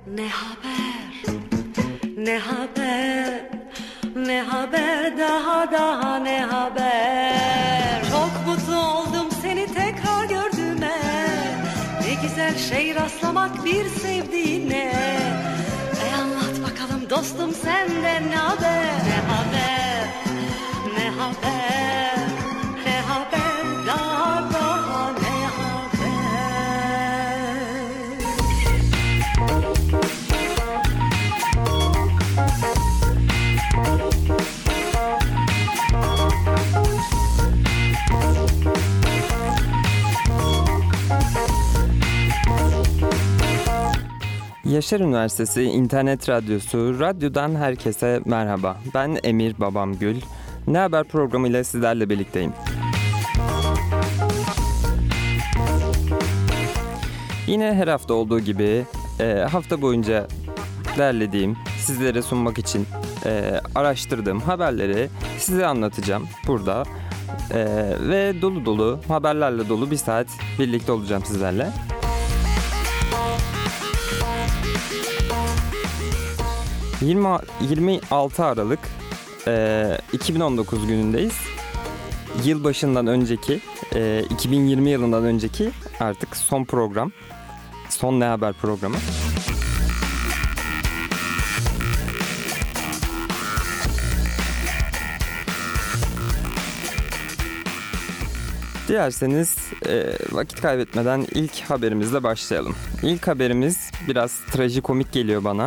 Ne haber, ne haber, ne haber, daha ne haber. Çok mutlu oldum seni tekrar gördüğüme. Ne güzel şey rastlamak bir sevdiğine. Anlat bakalım dostum senden ne haber. Ne haber, ne haber, ne haber, daha ne haber. Yaşar Üniversitesi İnternet Radyosu, radyodan herkese merhaba. Ben Emir Babamgül. Ne Haber programıyla sizlerle birlikteyim. Yine her hafta olduğu gibi hafta boyunca derlediğim, sizlere sunmak için araştırdığım haberleri size anlatacağım burada. Ve dolu dolu, haberlerle dolu bir saat birlikte olacağım sizlerle. ...26 Aralık 2019 günündeyiz. Yılbaşından önceki, 2020 yılından önceki artık son program. Son Ne Haber programı. Dilerseniz vakit kaybetmeden ilk haberimizle başlayalım. İlk haberimiz biraz trajikomik geliyor bana.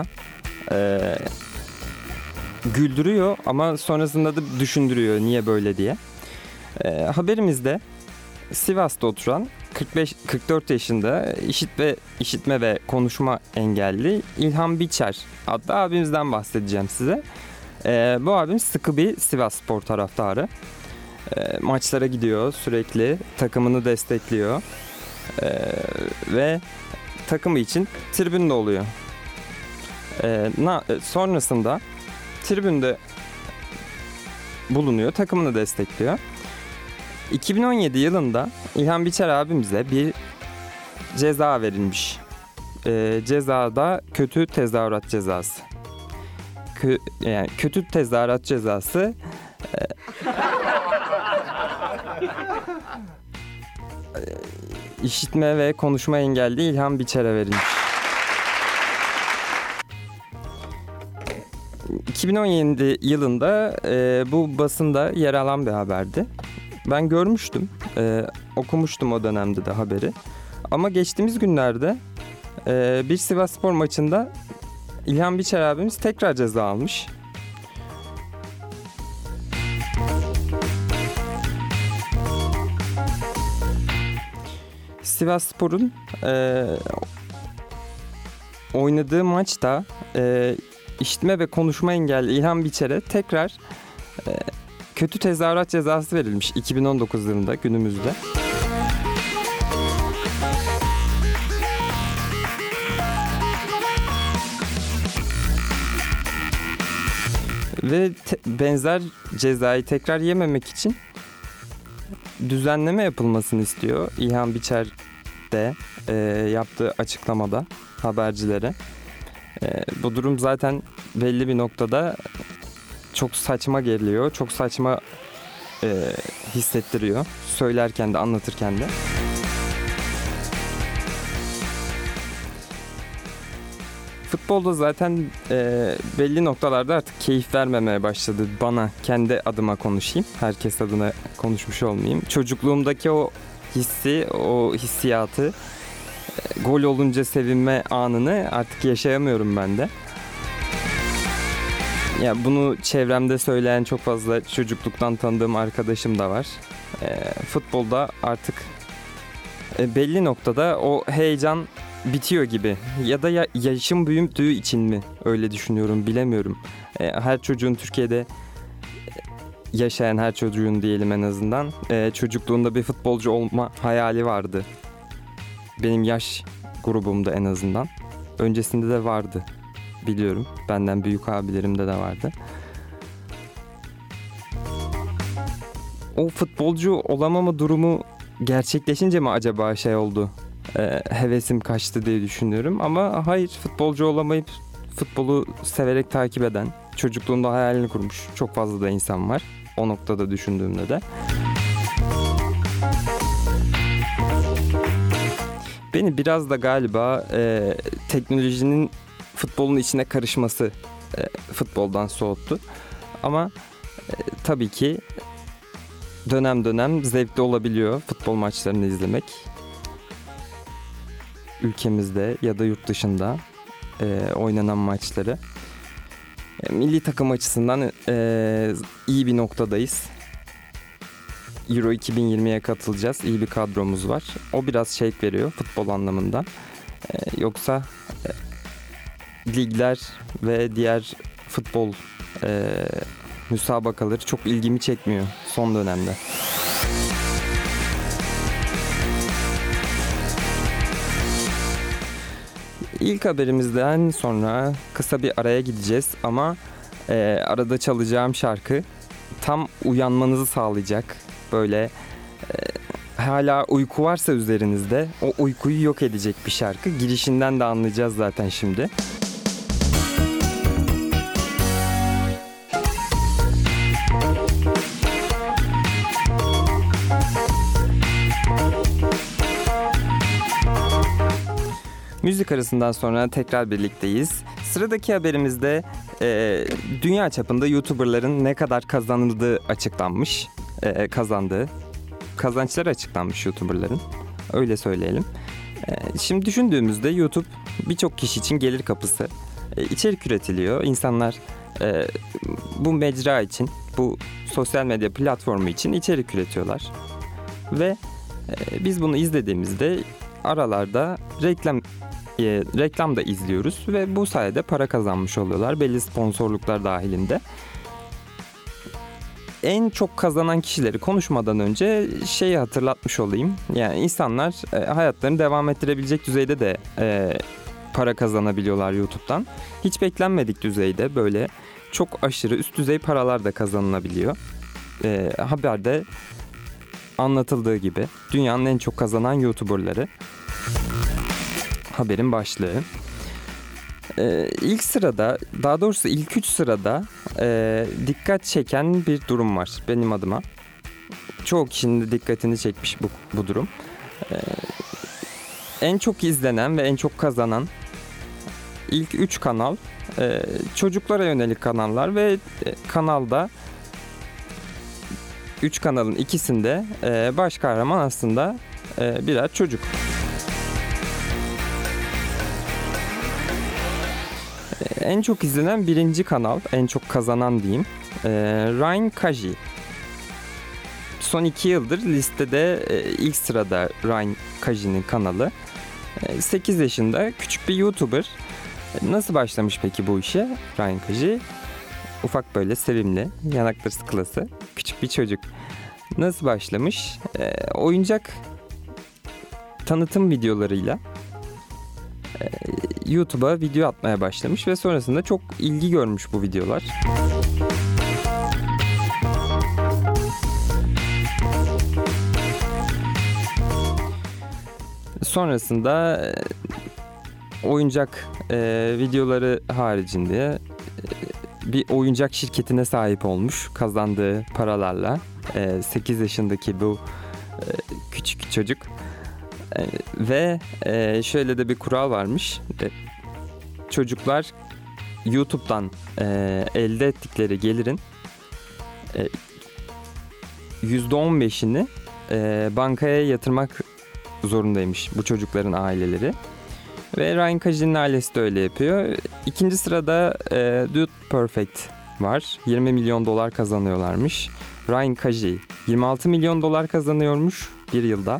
Güldürüyor ama sonrasında da düşündürüyor niye böyle diye. Haberimizde Sivas'ta oturan 44 yaşında işitme ve konuşma engelli İlhan Biçer adlı abimizden bahsedeceğim size. Bu abim sıkı bir Sivasspor taraftarı. Maçlara gidiyor sürekli, takımını destekliyor ve takımı için tribünde oluyor. Sonrasında tribünde bulunuyor, takımını destekliyor. 2017 yılında İlhan Biçer abimize bir ceza verilmiş. Cezada kötü tezahürat cezası. Yani kötü tezahürat cezası işitme ve konuşma engelli İlhan Biçer'e verilmiş. 2017 yılında bu basında yer alan bir haberdi. Ben görmüştüm, okumuştum o dönemde de haberi. Ama geçtiğimiz günlerde bir Sivasspor maçında İlhan Biçer abimiz tekrar ceza almış. Sivasspor'un oynadığı maçta işitme ve konuşma engelli İlhan Biçer'e tekrar kötü tezahürat cezası verilmiş 2019 yılında günümüzde. Ve benzer cezayı tekrar yememek için düzenleme yapılmasını istiyor İlhan Biçer de yaptığı açıklamada habercilere. Bu durum zaten belli bir noktada çok saçma geliyor, çok saçma hissettiriyor söylerken de anlatırken de. Futbolda zaten belli noktalarda artık keyif vermemeye başladı bana, kendi adıma konuşayım. Herkes adına konuşmuş olmayayım. Çocukluğumdaki o hissi, o hissiyatı, gol olunca sevinme anını artık yaşayamıyorum ben de. Ya bunu çevremde söyleyen çok fazla çocukluktan tanıdığım arkadaşım da var. Futbolda artık belli noktada o heyecan bitiyor gibi. Ya da yaşım büyüdüğü için mi öyle düşünüyorum bilemiyorum. Her çocuğun, Türkiye'de yaşayan her çocuğun diyelim en azından, çocukluğunda bir futbolcu olma hayali vardı. Benim yaş grubumda en azından. Öncesinde de vardı. Biliyorum. Benden büyük abilerimde de vardı. O futbolcu olamama durumu gerçekleşince mi acaba şey oldu? hevesim kaçtı diye düşünüyorum. Ama hayır, futbolcu olamayıp futbolu severek takip eden, çocukluğunda hayalini kurmuş çok fazla da insan var. O noktada düşündüğümde de. Beni biraz da galiba teknolojinin futbolun içine karışması futboldan soğuttu. Ama tabii ki dönem dönem zevkli olabiliyor futbol maçlarını izlemek. Ülkemizde ya da yurt dışında oynanan maçları. Milli takım açısından iyi bir noktadayız. Euro 2020'ye katılacağız. İyi bir kadromuz var. O biraz şevk veriyor futbol anlamında. Yoksa ligler ve diğer futbol müsabakaları çok ilgimi çekmiyor son dönemde. İlk haberimizden sonra kısa bir araya gideceğiz ama arada çalacağım şarkı tam uyanmanızı sağlayacak. Böyle hala uyku varsa üzerinizde o uykuyu yok edecek bir şarkı. Girişinden de anlayacağız zaten şimdi. Müzik arasından sonra tekrar birlikteyiz. Sıradaki haberimizde dünya çapında YouTuber'ların ne kadar kazandığı açıklanmış. Kazançları açıklanmış YouTuber'ların. Öyle söyleyelim. Şimdi düşündüğümüzde YouTube birçok kişi için gelir kapısı. İçerik üretiliyor. İnsanlar bu mecra için, bu sosyal medya platformu için içerik üretiyorlar. Ve biz bunu izlediğimizde aralarda reklam da izliyoruz ve bu sayede para kazanmış oluyorlar. Belli sponsorluklar dahilinde. En çok kazanan kişileri konuşmadan önce şeyi hatırlatmış olayım. Yani insanlar hayatlarını devam ettirebilecek düzeyde de para kazanabiliyorlar YouTube'dan. Hiç beklenmedik düzeyde böyle çok aşırı üst düzey paralar da kazanılabiliyor. Haberde anlatıldığı gibi dünyanın en çok kazanan YouTuber'ları. Haberin başlığı. İlk sırada, daha doğrusu ilk 3 sırada dikkat çeken bir durum var benim adıma. Çoğu kişinin de dikkatini çekmiş bu durum. En çok izlenen ve en çok kazanan ilk 3 kanal çocuklara yönelik kanallar ve kanalda 3 kanalın ikisinde baş kahraman aslında birer çocuk. En çok izlenen birinci kanal, en çok kazanan diyeyim, Ryan Kaji. Son 2 yıldır listede ilk sırada Ryan Kaji'nin kanalı. 8 yaşında küçük bir YouTuber. Nasıl başlamış peki bu işe Ryan Kaji? Ufak böyle sevimli, yanakları sıkılası küçük bir çocuk. Nasıl başlamış? Oyuncak tanıtım videolarıyla YouTube'a video atmaya başlamış ve sonrasında çok ilgi görmüş bu videolar. Sonrasında oyuncak videoları haricinde bir oyuncak şirketine sahip olmuş kazandığı paralarla. 8 yaşındaki bu küçük çocuk. Ve şöyle de bir kural varmış. Çocuklar YouTube'dan elde ettikleri gelirin %15'ini bankaya yatırmak zorundaymış bu çocukların aileleri. Ve Ryan Kaji'nin ailesi de öyle yapıyor. İkinci sırada Dude Perfect var. 20 milyon dolar kazanıyorlarmış. Ryan Kaji 26 milyon dolar kazanıyormuş bir yılda.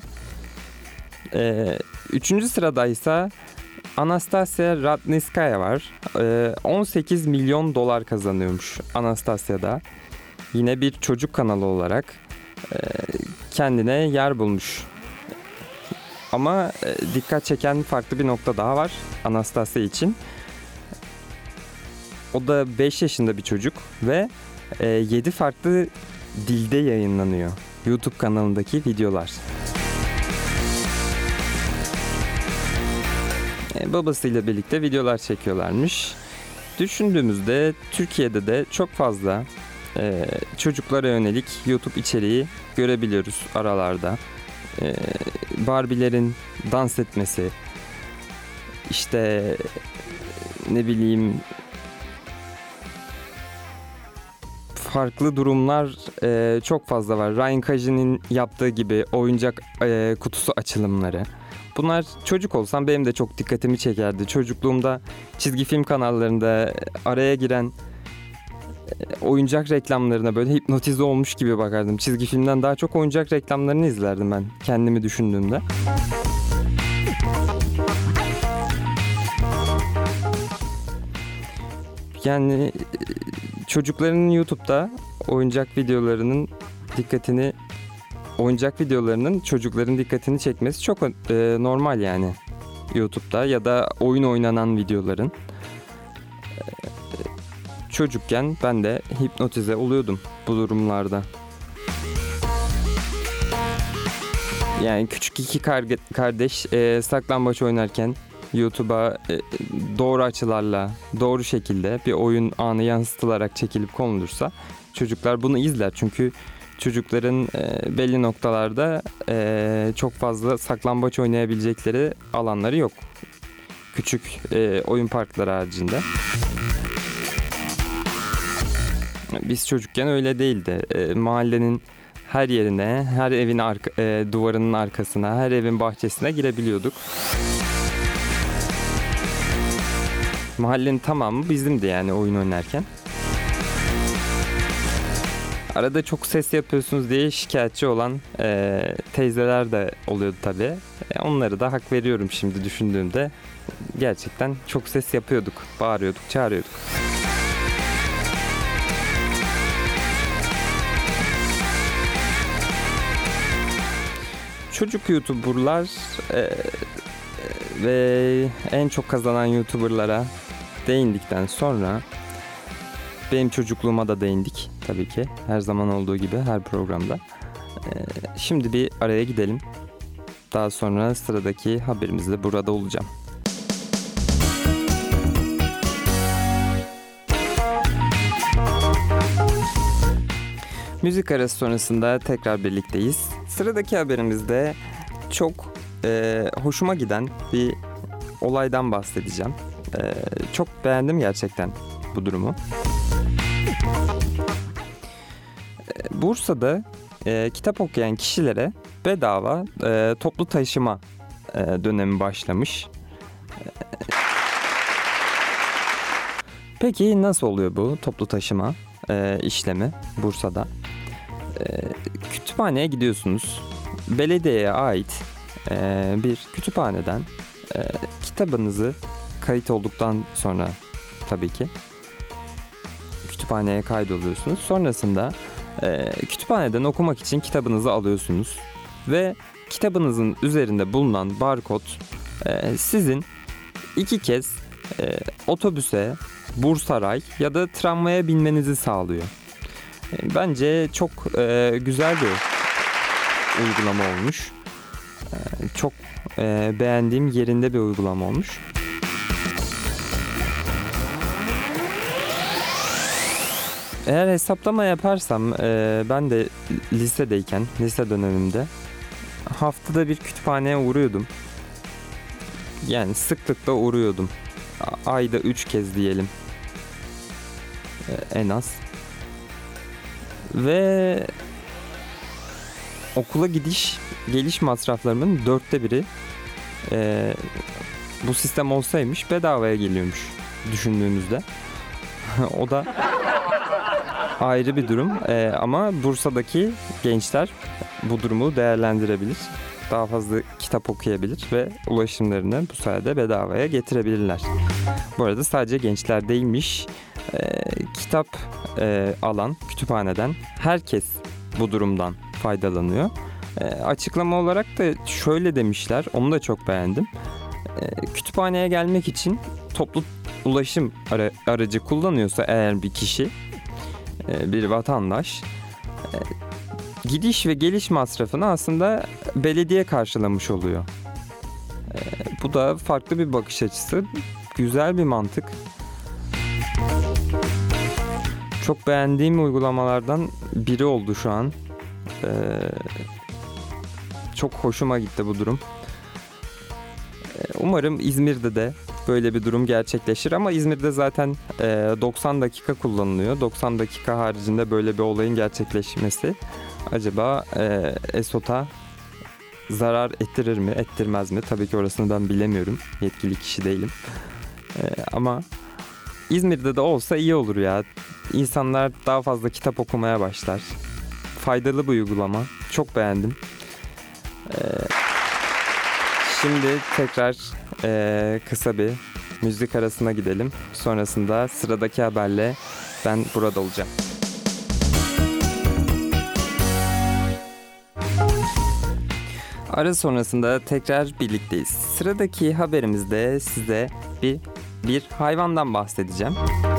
Üçüncü sırada ise Anastasia Radnitskaya var. 18 milyon dolar kazanıyormuş Anastasia'da. Yine bir çocuk kanalı olarak kendine yer bulmuş. Ama dikkat çeken farklı bir nokta daha var Anastasia için. O da 5 yaşında bir çocuk ve 7 farklı dilde yayınlanıyor YouTube kanalındaki videolar. babasıyla birlikte videolar çekiyorlarmış. Düşündüğümüzde Türkiye'de de çok fazla çocuklara yönelik YouTube içeriği görebiliyoruz aralarda. Barbie'lerin dans etmesi, işte ne bileyim farklı durumlar çok fazla var. Ryan Kaji'nin yaptığı gibi oyuncak kutusu açılımları. Bunlar çocuk olsam benim de çok dikkatimi çekerdi. Çocukluğumda çizgi film kanallarında araya giren oyuncak reklamlarına böyle hipnotize olmuş gibi bakardım. Çizgi filmden daha çok oyuncak reklamlarını izlerdim ben kendimi düşündüğümde. Yani çocukların YouTube'da oyuncak videolarının çocukların dikkatini çekmesi çok normal yani YouTube'da ya da oyun oynanan videoların. Çocukken ben de hipnotize oluyordum bu durumlarda. Yani küçük iki kardeş saklambaç oynarken YouTube'a doğru açılarla, doğru şekilde bir oyun anı yansıtılarak çekilip konulursa çocuklar bunu izler. Çünkü çocukların belli noktalarda çok fazla saklambaç oynayabilecekleri alanları yok. Küçük oyun parkları haricinde. Biz çocukken öyle değildi. Mahallenin her yerine, her evin duvarının arkasına, her evin bahçesine girebiliyorduk. Mahallenin tamamı bizimdi yani oyun oynarken. Arada çok ses yapıyorsunuz diye şikayetçi olan teyzeler de oluyordu tabii. Onları da hak veriyorum şimdi düşündüğümde. Gerçekten çok ses yapıyorduk, bağırıyorduk, çağırıyorduk. Çocuk YouTuber'lar ve en çok kazanan YouTuber'lara değindikten sonra benim çocukluğuma da değindik tabii ki. Her zaman olduğu gibi her programda. Şimdi bir araya gidelim. Daha sonra sıradaki haberimizle burada olacağım. Müzik arası sonrasında tekrar birlikteyiz. Sıradaki haberimizde çok hoşuma giden bir olaydan bahsedeceğim. Çok beğendim gerçekten bu durumu. Bursa'da kitap okuyan kişilere bedava toplu taşıma dönemi başlamış. Peki nasıl oluyor bu toplu taşıma işlemi Bursa'da? Kütüphaneye gidiyorsunuz. Belediyeye ait bir kütüphaneden kitabınızı kayıt olduktan sonra tabii ki kütüphaneye kaydoluyorsunuz. Sonrasında kütüphaneden okumak için kitabınızı alıyorsunuz ve kitabınızın üzerinde bulunan barkod sizin 2 kez otobüse, Bursaray ya da tramvaya binmenizi sağlıyor. Bence çok güzel bir uygulama olmuş. Çok beğendiğim yerinde bir uygulama olmuş. Eğer hesaplama yaparsam ben de lise dönemimde haftada bir kütüphaneye uğruyordum. Yani sıklıkla uğruyordum. Ayda 3 kez diyelim. En az. Ve okula geliş masraflarımın 1/4 bu sistem olsaymış bedavaya geliyormuş düşündüğünüzde. O da ayrı bir durum ama Bursa'daki gençler bu durumu değerlendirebilir. Daha fazla kitap okuyabilir ve ulaşımlarını bu sayede bedavaya getirebilirler. Bu arada sadece gençler değilmiş. Kitap alan kütüphaneden herkes bu durumdan faydalanıyor. Açıklama olarak da şöyle demişler, onu da çok beğendim. Kütüphaneye gelmek için toplu ulaşım aracı kullanıyorsa eğer bir kişi, bir vatandaş, gidiş ve geliş masrafını aslında belediye karşılamış oluyor. Bu Bu da farklı bir bakış açısı. Güzel bir mantık. Çok beğendiğim uygulamalardan biri oldu şu an. Çok hoşuma gitti bu durum. Umarım İzmir'de de böyle bir durum gerçekleşir ama İzmir'de zaten 90 dakika kullanılıyor. 90 dakika haricinde böyle bir olayın gerçekleşmesi acaba Esot'a zarar ettirir mi, ettirmez mi? Tabii ki orasını ben bilemiyorum. Yetkili kişi değilim. Ama İzmir'de de olsa iyi olur ya. İnsanlar daha fazla kitap okumaya başlar. Faydalı bir uygulama. Çok beğendim. Şimdi tekrar kısa bir müzik arasına gidelim. Sonrasında sıradaki haberle ben burada olacağım. Ara sonrasında tekrar birlikteyiz. Sıradaki haberimizde size bir hayvandan bahsedeceğim.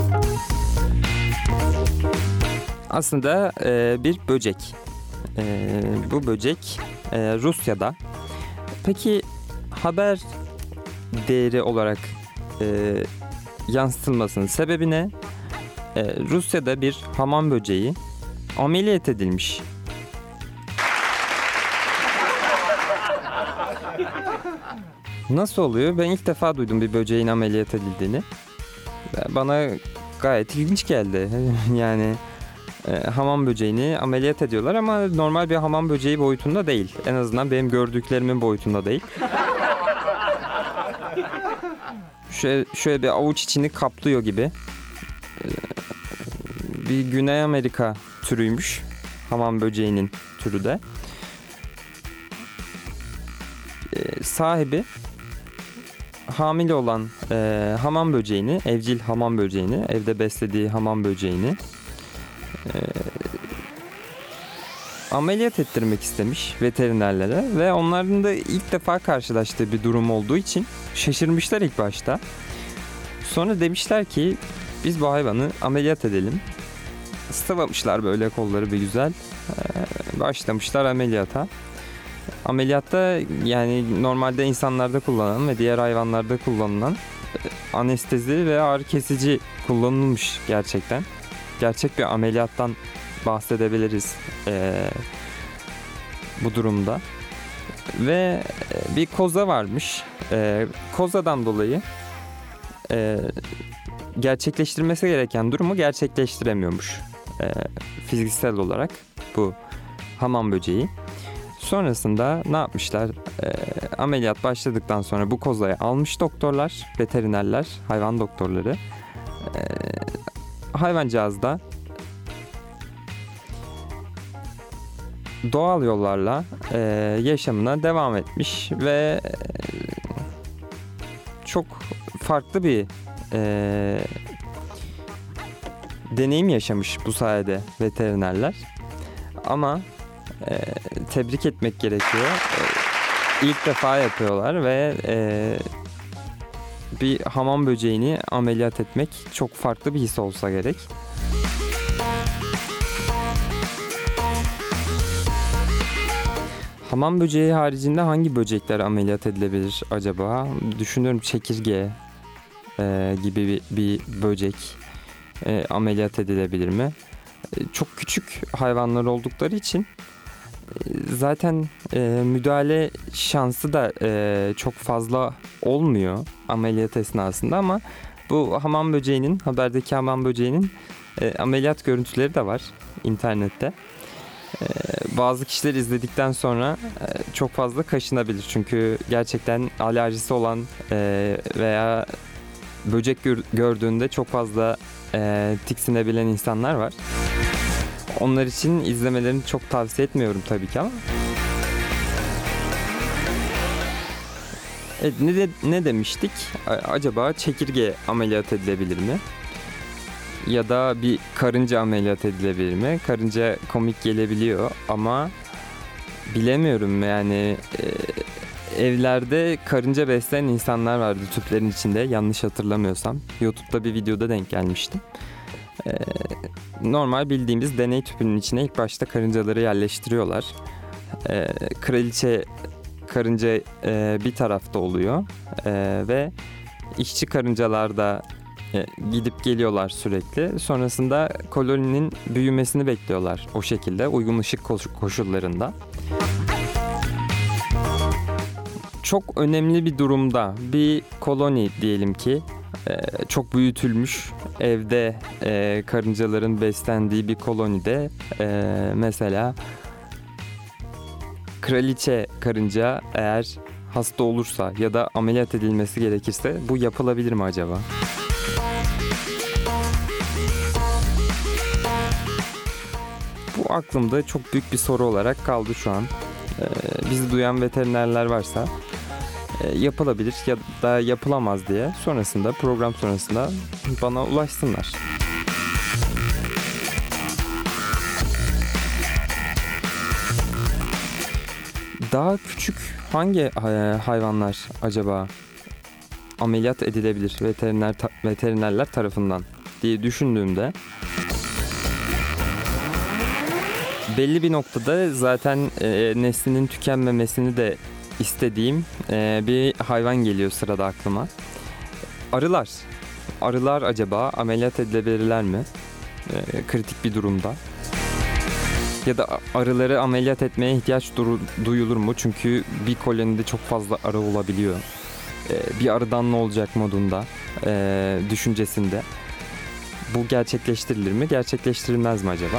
Aslında bir böcek. Bu böcek Rusya'da. Peki haber değeri olarak yansıtılmasının sebebi ne? Rusya'da bir hamam böceği ameliyat edilmiş. Nasıl oluyor? Ben ilk defa duydum bir böceğin ameliyat edildiğini. Bana gayet ilginç geldi. Yani hamam böceğini ameliyat ediyorlar ama normal bir hamam böceği boyutunda değil. En azından benim gördüklerimin boyutunda değil. Şöyle bir avuç içini kaplıyor gibi. Bir Güney Amerika türüymüş. Hamam böceğinin türü de. Sahibi hamile olan hamam böceğini, evcil hamam böceğini, evde beslediği hamam böceğini ameliyat ettirmek istemiş veterinerlere ve onların da ilk defa karşılaştığı bir durum olduğu için şaşırmışlar ilk başta. Sonra demişler ki biz bu hayvanı ameliyat edelim. Sıvamışlar böyle kolları bir güzel. Başlamışlar ameliyata. Ameliyatta yani normalde insanlarda kullanılan ve diğer hayvanlarda kullanılan anestezi ve ağrı kesici kullanılmış gerçekten. Gerçek bir ameliyattan bahsedebiliriz bu durumda. Ve bir koza varmış. Kozadan dolayı gerçekleştirmesi gereken durumu gerçekleştiremiyormuş. Fiziksel olarak bu hamam böceği. Sonrasında ne yapmışlar? Ameliyat başladıktan sonra bu kozayı almış doktorlar, veterinerler, hayvan doktorları. Hayvancağız da doğal yollarla yaşamına devam etmiş ve çok farklı bir deneyim yaşamış bu sayede veterinerler. Ama tebrik etmek gerekiyor. İlk defa yapıyorlar ve bir hamam böceğini ameliyat etmek çok farklı bir his olsa gerek. Hamam böceği haricinde hangi böcekler ameliyat edilebilir acaba? Düşünüyorum çekirge gibi bir böcek ameliyat edilebilir mi? Çok küçük hayvanlar oldukları için zaten müdahale şansı da çok fazla olmuyor ameliyat esnasında ama bu hamam böceğinin, haberdeki hamam böceğinin ameliyat görüntüleri de var internette. Bazı kişiler izledikten sonra çok fazla kaşınabilir. Çünkü gerçekten alerjisi olan veya böcek gördüğünde çok fazla tiksinebilen insanlar var. Onlar için izlemelerini çok tavsiye etmiyorum tabii ki ama. Evet, ne demiştik? Acaba çekirge ameliyat edilebilir mi? Ya da bir karınca ameliyat edilebilir mi? Karınca komik gelebiliyor ama bilemiyorum yani. Evlerde karınca besleyen insanlar vardı tüplerin içinde, yanlış hatırlamıyorsam. YouTube'da bir videoda denk gelmiştim. Normal bildiğimiz deney tüpünün içine ilk başta karıncaları yerleştiriyorlar. Kraliçe karınca bir tarafta oluyor ve işçi karıncalar da gidip geliyorlar sürekli. Sonrasında koloninin büyümesini bekliyorlar o şekilde uygun ışık koşullarında. Çok önemli bir durumda bir koloni diyelim ki çok büyütülmüş evde karıncaların beslendiği bir kolonide mesela kraliçe karınca eğer hasta olursa ya da ameliyat edilmesi gerekirse bu yapılabilir mi acaba? Bu aklımda çok büyük bir soru olarak kaldı şu an. Bizi duyan veterinerler varsa yapılabilir ya da yapılamaz diye sonrasında program sonrasında bana ulaşsınlar. Daha küçük hangi hayvanlar acaba ameliyat edilebilir veterinerler tarafından diye düşündüğümde belli bir noktada zaten neslinin tükenmemesini de istediğim bir hayvan geliyor sırada aklıma. Arılar. Arılar acaba ameliyat edilebilirler mi? Kritik bir durumda. Ya da arıları ameliyat etmeye ihtiyaç duyulur mu? Çünkü bir kolonide çok fazla arı olabiliyor. Bir arıdan ne olacak modunda, düşüncesinde. Bu gerçekleştirilir mi? Gerçekleştirilmez mi acaba?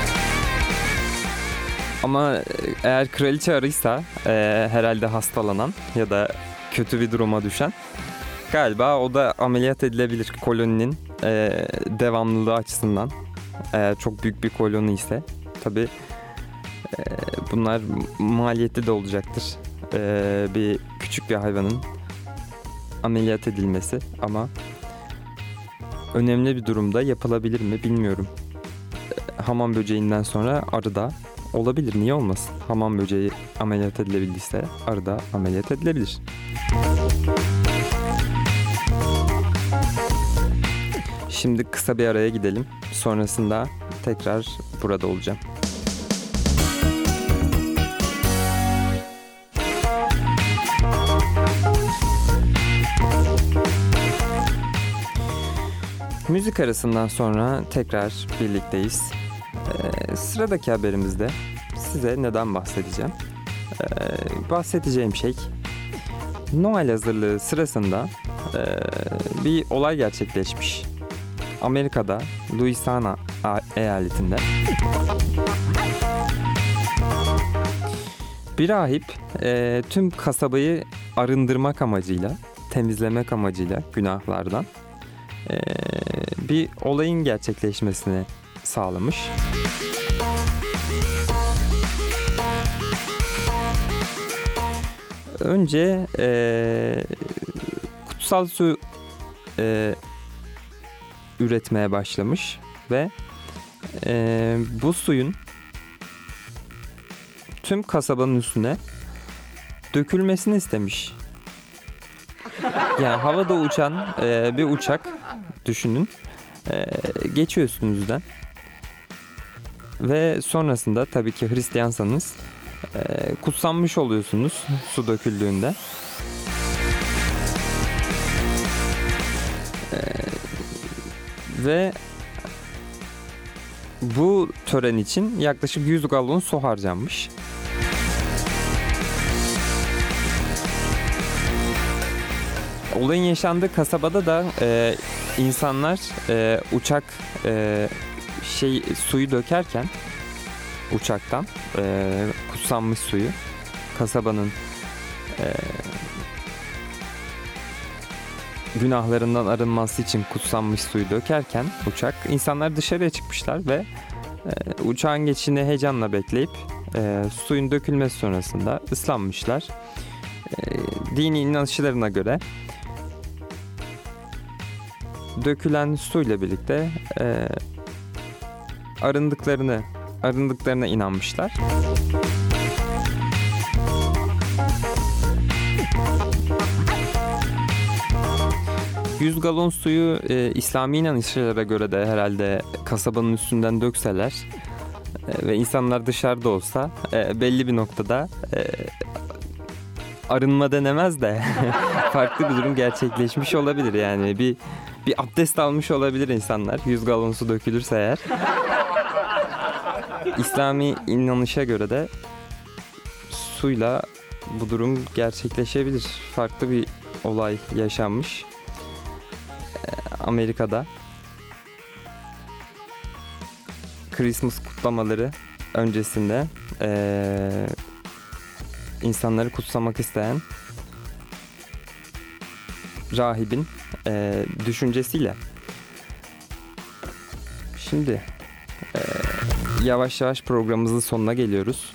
Ama eğer kraliçe arıysa herhalde hastalanan ya da kötü bir duruma düşen galiba o da ameliyat edilebilir koloninin devamlılığı açısından. Eğer çok büyük bir koloni ise tabii bunlar maliyetli de olacaktır. Bir küçük bir hayvanın ameliyat edilmesi ama önemli bir durumda yapılabilir mi bilmiyorum. Hamam böceğinden sonra arı da olabilir. Niye olmasın? Hamam böceği ameliyat edilebildiyse arı da ameliyat edilebilir. Şimdi kısa bir araya gidelim. Sonrasında tekrar burada olacağım. Müzik arasından sonra tekrar birlikteyiz. Sıradaki haberimizde size neden bahsedeceğim? Bahsedeceğim şey Noel hazırlığı sırasında bir olay gerçekleşmiş. Amerika'da Louisiana eyaletinde bir rahip tüm kasabayı arındırmak amacıyla, temizlemek amacıyla günahlardan bir olayın gerçekleşmesini sağlamış. Önce kutsal su üretmeye başlamış ve bu suyun tüm kasabanın üstüne dökülmesini istemiş. Yani havada uçan bir uçak düşünün. Geçiyor üstünüzden. Ve sonrasında tabii ki Hristiyansanız kutsanmış oluyorsunuz su döküldüğünde. Ve bu tören için yaklaşık 100 galon su harcanmış. Olayın yaşandığı kasabada da insanlar uçak suyu dökerken uçaktan kutsanmış suyu kasabanın günahlarından arınması için kutsanmış suyu dökerken uçak insanlar dışarıya çıkmışlar ve uçağın geçişini heyecanla bekleyip suyun dökülmesi sonrasında ıslanmışlar. Dini inanışlarına göre dökülen suyla birlikte arındıklarına inanmışlar. ...100 galon suyu İslami inanışlara göre de herhalde kasabanın üstünden dökseler... ...ve insanlar dışarıda olsa belli bir noktada arınma denemez de farklı bir durum gerçekleşmiş olabilir yani. Bir abdest almış olabilir insanlar. 100 galon su dökülürse eğer. İslami inanışa göre de suyla bu durum gerçekleşebilir. Farklı bir olay yaşanmış Amerika'da. Christmas kutlamaları öncesinde insanları kutsamak isteyen rahibin düşüncesiyle. Şimdi yavaş yavaş programımızın sonuna geliyoruz.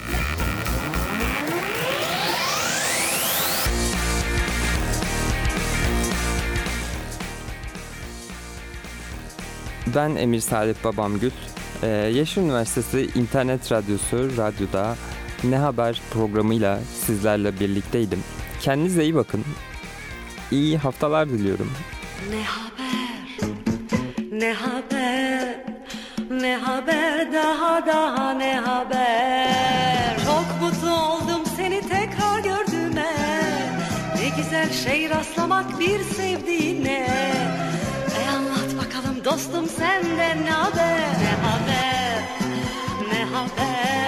Ben Emir Salih Babamgül. Yeşil Üniversitesi İnternet Radyosu Radyo'da Ne Haber programıyla sizlerle birlikteydim. Kendinize iyi bakın. İyi haftalar diliyorum. Ne haber, ne haber, ne haber, daha ne haber. Çok mutlu oldum seni tekrar gördüğüme. Ne güzel şey rastlamak bir sevdiğine. Anlat bakalım dostum senden ne haber, ne haber, ne haber.